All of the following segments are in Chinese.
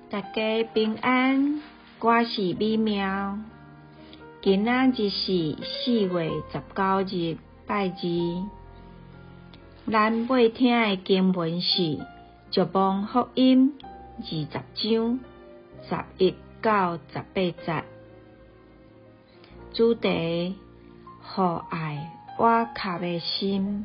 大家平安，我是美妙。今仔日是4月19日，拜二。咱要听的经文是《若望福音》20章11到18节。主题：互爱我卡的心。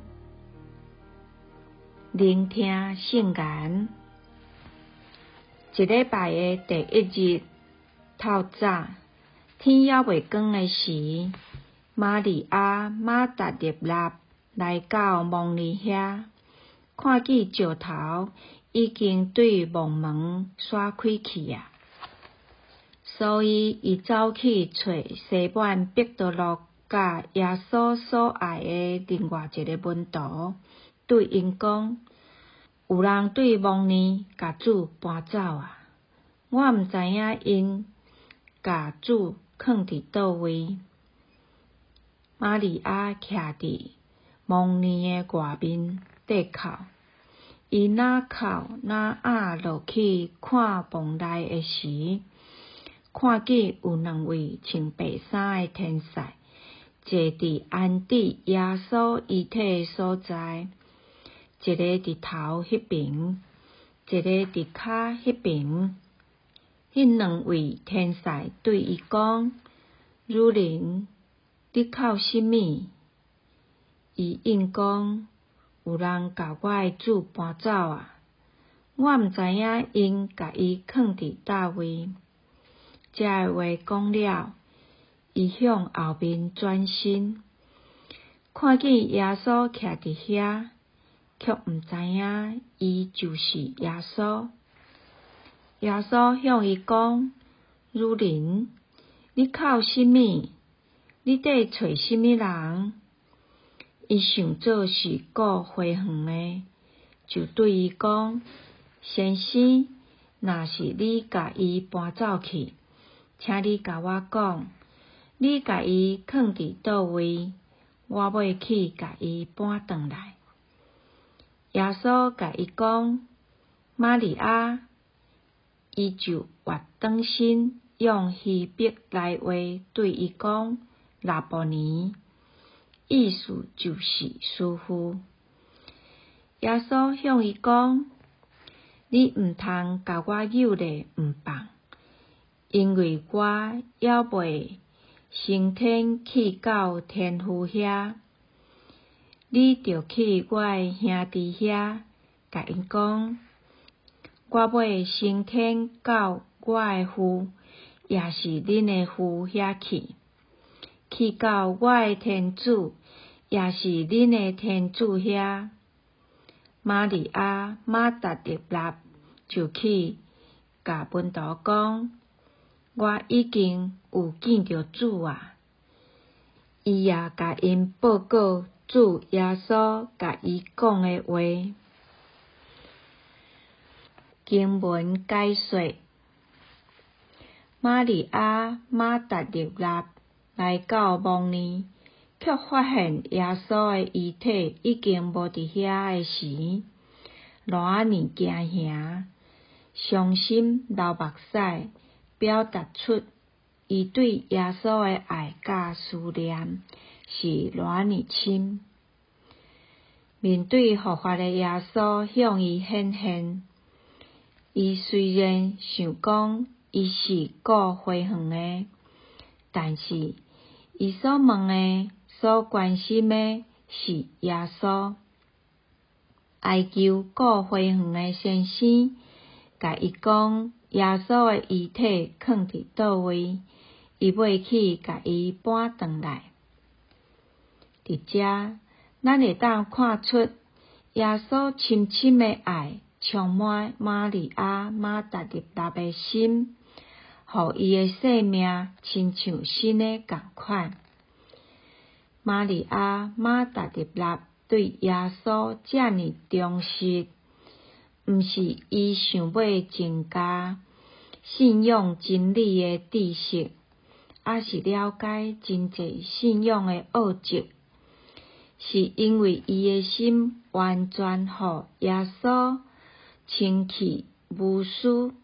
聆听圣言。一礼拜的第一日透早，天还未光的时，玛利亚马达列纳来到墓园遐，看见石头已经对墓门刷开去啊，所以伊走去找西满彼得罗甲耶稣所爱的另外一个门徒，对因讲：有人对墓园甲主搬走啊！我毋知影因甲主囥伫倒位。玛利亚徛伫墓园的外面缀哭，伊哪哭哪压落去看墓内的时，看见有2位穿白衫的天使坐伫安置耶稣遗体的所在。一个伫头迄边，一个伫骹迄边。迄2位天使对伊讲：“女人，你哭什么？”伊应讲：“有人甲我的主搬走啊！我毋知影因甲伊囥伫倒位。”这话讲了，伊向后面转身，看见耶稣徛伫遐。却毋知影伊就是耶稣。耶稣向伊讲：“女人，你哭什么？你伫找什么人？”伊想做是顾花园的，就对伊讲：“先生，若是你甲伊搬走去，请你甲我讲，你甲伊囥伫倒位，我要去甲伊搬转来。”耶稣甲伊讲：“玛利亚。”伊就活转身，用希伯来话对伊讲：“拉波尼。”意思就是师父。耶稣向伊讲：“你毋通甲我有咧毋放，因为我还未升天去到天父遐。你着去我的兄弟遐，甲因讲：我要升天到我的父，也是恁的父遐去到我的天主，也是恁的天主遐。”玛利亚马达列纳就去甲门徒讲：“我已经有见着主啊！”伊也甲因报告主耶稣甲伊讲的话。经文解说：玛利亚马达列纳来到墓园，却发现耶稣的遗体已经无伫遐的时，偌尔惊吓，伤心流目屎，表达出伊对耶稣的爱甲思念是偌尔深。面对复活的耶稣向伊显现，伊虽然想讲伊是顾花园的，但是伊所问的、所关心的是耶稣。哀求顾花园的先生甲伊讲耶稣的遗体囥伫倒位，伊要去甲伊搬转来。伫遮，咱会当看出耶稣深深的爱充满玛利亚马达列纳的心，互伊的生命亲像新的共款。玛利亚马达列纳对耶稣遮尔重视，毋是伊想要增加信仰真理的知识，还是了解真济信仰的奥迹，是因为伊的心完全互耶稣清气无私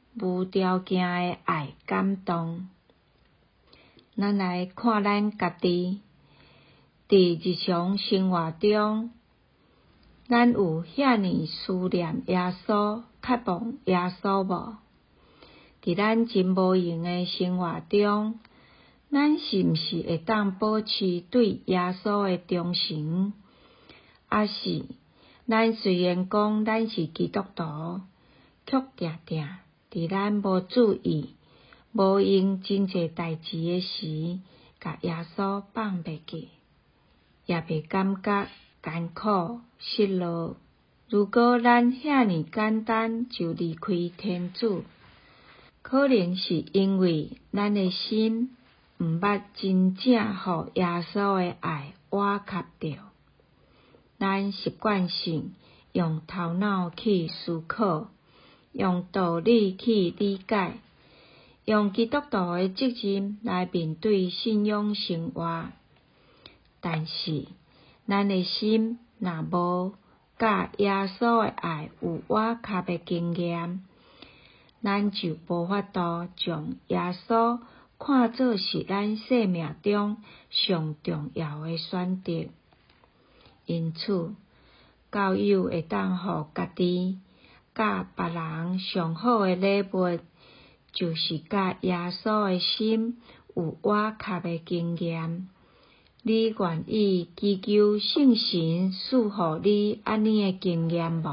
无条件的爱感动。咱来看咱家己，伫日常生活中，咱有遐尼思念耶稣、渴望耶稣无？伫咱真无用的生活中，咱是毋是会当保持对耶稣的忠诚？还是咱虽然讲咱是基督徒，却定定伫咱无注意、无用真济代志的时，甲耶稣放袂记，也袂感觉艰苦、失落。如果咱遐尼简单就离开天主，可能是因为咱的心毋捌真正互耶稣的爱挖卡着。咱习惯性用头脑去思考，用道理去理解，用基督徒的责任来面对信仰生活。但是，咱的心若无甲耶稣的爱有挖卡的经验，咱就无法度将耶稣看作是咱生命中上重要的选择。因此，教友会当互家己、甲别人上好的礼物，就是甲耶稣的心有挖卡的经验。你愿意祈求圣神赐予你安尼的经验无？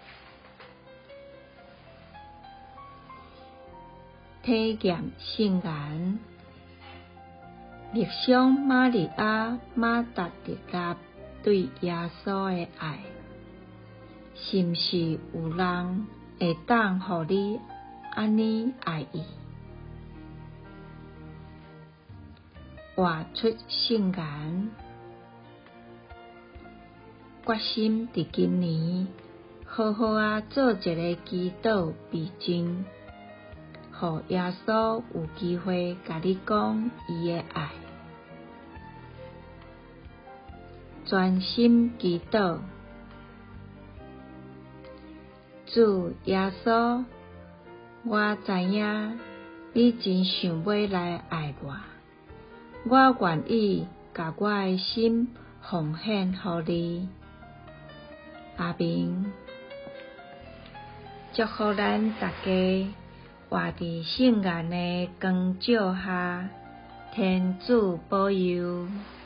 体验圣言，默想玛利亚马达肋纳对耶稣的爱，是毋是有人会当互你安尼爱伊？活出圣言，决心伫今年好好做一个祈祷备证，互耶稣有机会甲你讲伊的爱。专心祈祷，主耶稣，我知影你真想要来爱我，我愿意甲我的心奉献予你。阿明，祝福咱大家活伫圣言的光照下，天主保佑。